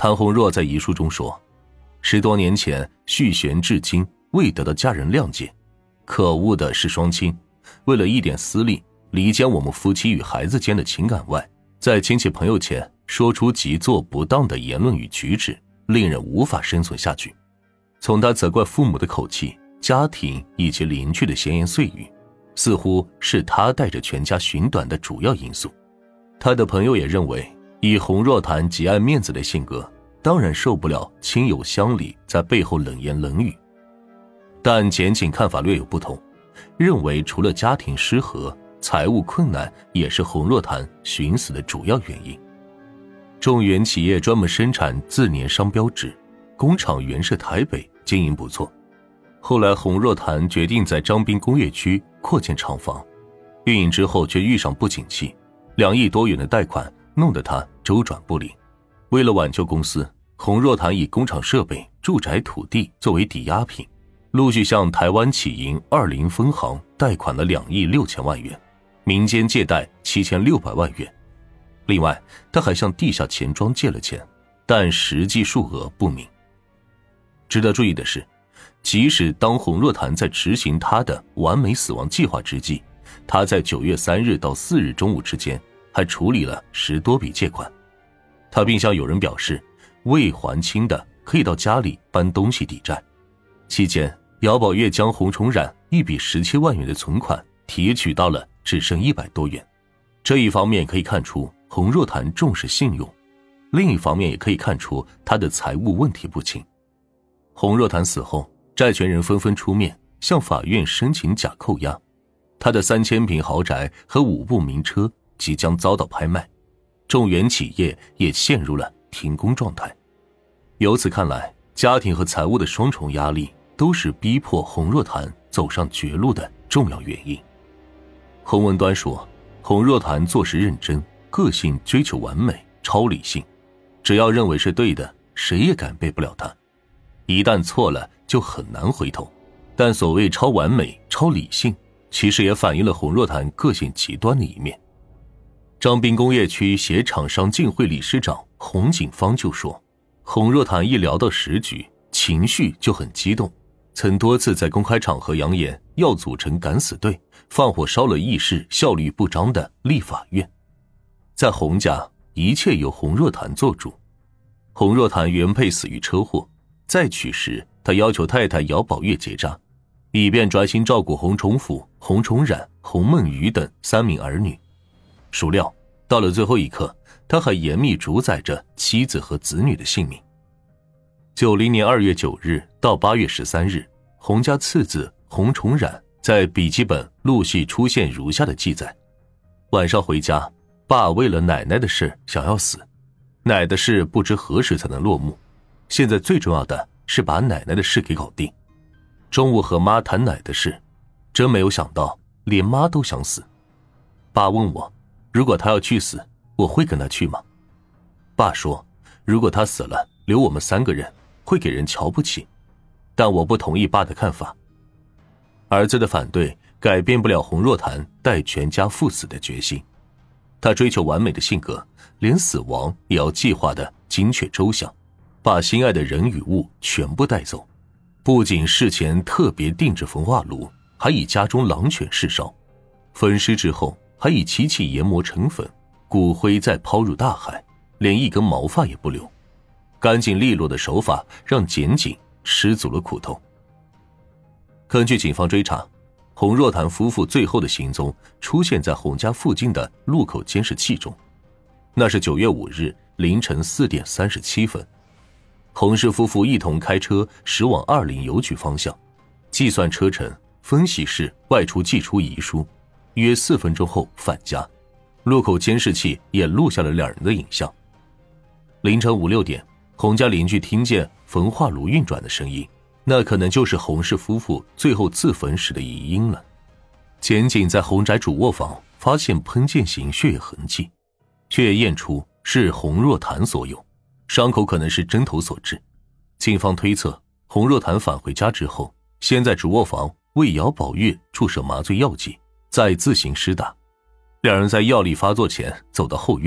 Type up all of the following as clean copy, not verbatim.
谭红若在遗书中说，10多年前续弦至今未得到家人谅解，可恶的是双亲为了一点私利，离间我们夫妻与孩子间的情感外，在亲戚朋友前说出极作不当的言论与举止，令人无法生存下去。从他责怪父母的口气、家庭以及邻居的闲言碎语，似乎是他带着全家寻短的主要因素。他的朋友也认为，以洪若潭极爱面子的性格，当然受不了亲友乡里在背后冷言冷语。但检警看法略有不同，认为除了家庭失和，财务困难也是洪若潭寻死的主要原因。众源企业专门生产自粘商标纸，工厂原设台北，经营不错。后来洪若潭决定在彰滨工业区扩建厂房，运营之后却遇上不景气，2亿多元的贷款弄得他周转不灵。为了挽救公司，洪若潭以工厂设备、住宅土地作为抵押品，陆续向台湾启银20分行贷款了2亿6千万元，民间借贷7600万元。另外，他还向地下钱庄借了钱，但实际数额不明。值得注意的是，即使当洪若潭在执行他的完美死亡计划之际，他在9月3日到4日中午之间还处理了10多笔借款。他并向友人表示，未还清的可以到家里搬东西抵债。期间，姚宝月将洪崇染一笔17万元的存款提取到了只剩100多元。这一方面可以看出洪若潭重视信用，另一方面也可以看出他的财务问题不轻。洪若潭死后，债权人纷纷出面向法院申请假扣押，他的3000平豪宅和5部名车即将遭到拍卖，众源企业也陷入了停工状态。由此看来，家庭和财务的双重压力都是逼迫洪若潭走上绝路的重要原因。洪文端说，洪若潭做事认真，个性追求完美，超理性，只要认为是对的，谁也改变不了他。一旦错了，就很难回头。但所谓超完美、超理性，其实也反映了洪若潭个性极端的一面。彰滨工业区协厂商进会理事长洪景芳就说，洪若潭一聊到时局，情绪就很激动，曾多次在公开场合扬言要组成敢死队，放火烧了议事效率不彰的立法院。在洪家，一切由洪若潭做主。洪若潭原配死于车祸，再娶时他要求太太姚宝月结扎，以便专心照顾洪崇甫、洪崇染、洪梦瑜等3名儿女。孰料到了最后一刻，他还严密主宰着妻子和子女的性命。90年2月9日到8月13日，洪家次子洪崇染在笔记本陆续出现如下的记载：晚上回家，爸为了奶奶的事想要死，奶的事不知何时才能落幕，现在最重要的是把奶奶的事给搞定。中午和妈谈奶的事，真没有想到连妈都想死。爸问我，如果他要去死，我会跟他去吗？爸说，如果他死了，留我们3个人，会给人瞧不起。但我不同意爸的看法。儿子的反对改变不了洪若潭带全家赴死的决心。他追求完美的性格，连死亡也要计划的精确周详，把心爱的人与物全部带走。不仅事前特别定制焚化炉，还以家中狼犬试烧，焚尸之后还以漆器研磨成粉，骨灰再抛入大海，连一根毛发也不留。干净利落的手法让检警吃足了苦头。根据警方追查，洪若潭夫妇最后的行踪出现在洪家附近的路口监视器中，那是9月5日凌晨4点37分。洪氏夫妇一同开车驶往20邮局方向，计算车程，分析是外出寄出遗书，约4分钟后返家。路口监视器也录下了2人的影像。凌晨5、6点，洪家邻居听见焚化炉运转的声音，那可能就是洪氏夫妇最后自焚时的遗音了。检警在洪宅主卧房发现喷溅型血液痕迹，却也验出是洪若潭所有，伤口可能是针头所致。警方推测，洪若潭返回家之后，先在主卧房为姚宝月注射麻醉药剂，再自行施打。2人在药力发作前走到后院，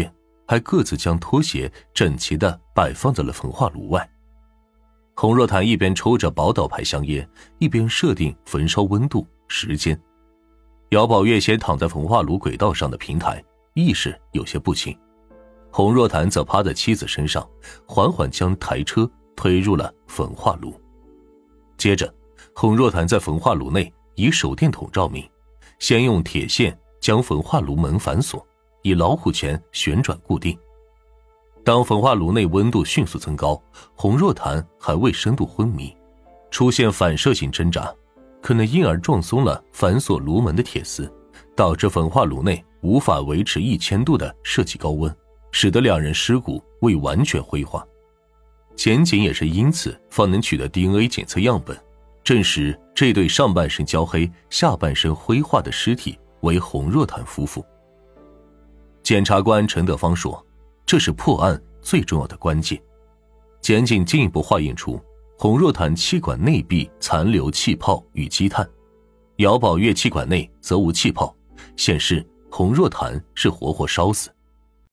还各自将拖鞋整齐地摆放在了焚化炉外。洪若潭一边抽着宝岛牌香烟，一边设定焚烧温度、时间。姚宝月先躺在焚化炉轨道上的平台，意识有些不清。洪若潭则趴在妻子身上，缓缓将台车推入了焚化炉。接着，洪若潭在焚化炉内以手电筒照明，先用铁线将焚化炉门反锁，以老虎钳旋转固定。当焚化炉内温度迅速增高，洪若潭还未深度昏迷，出现反射性挣扎，可能因而撞松了反锁炉门的铁丝，导致焚化炉内无法维持1000度的设计高温，使得两人尸骨未完全灰化。检警也是因此方能取得 DNA 检测样本，证实这对上半身焦黑、下半身灰化的尸体为洪若潭夫妇。检察官陈德芳说，这是破案最重要的关键。检警进一步化验出洪若潭气管内壁残留气泡与积碳，姚宝月气管内则无气泡，显示洪若潭是活活烧死。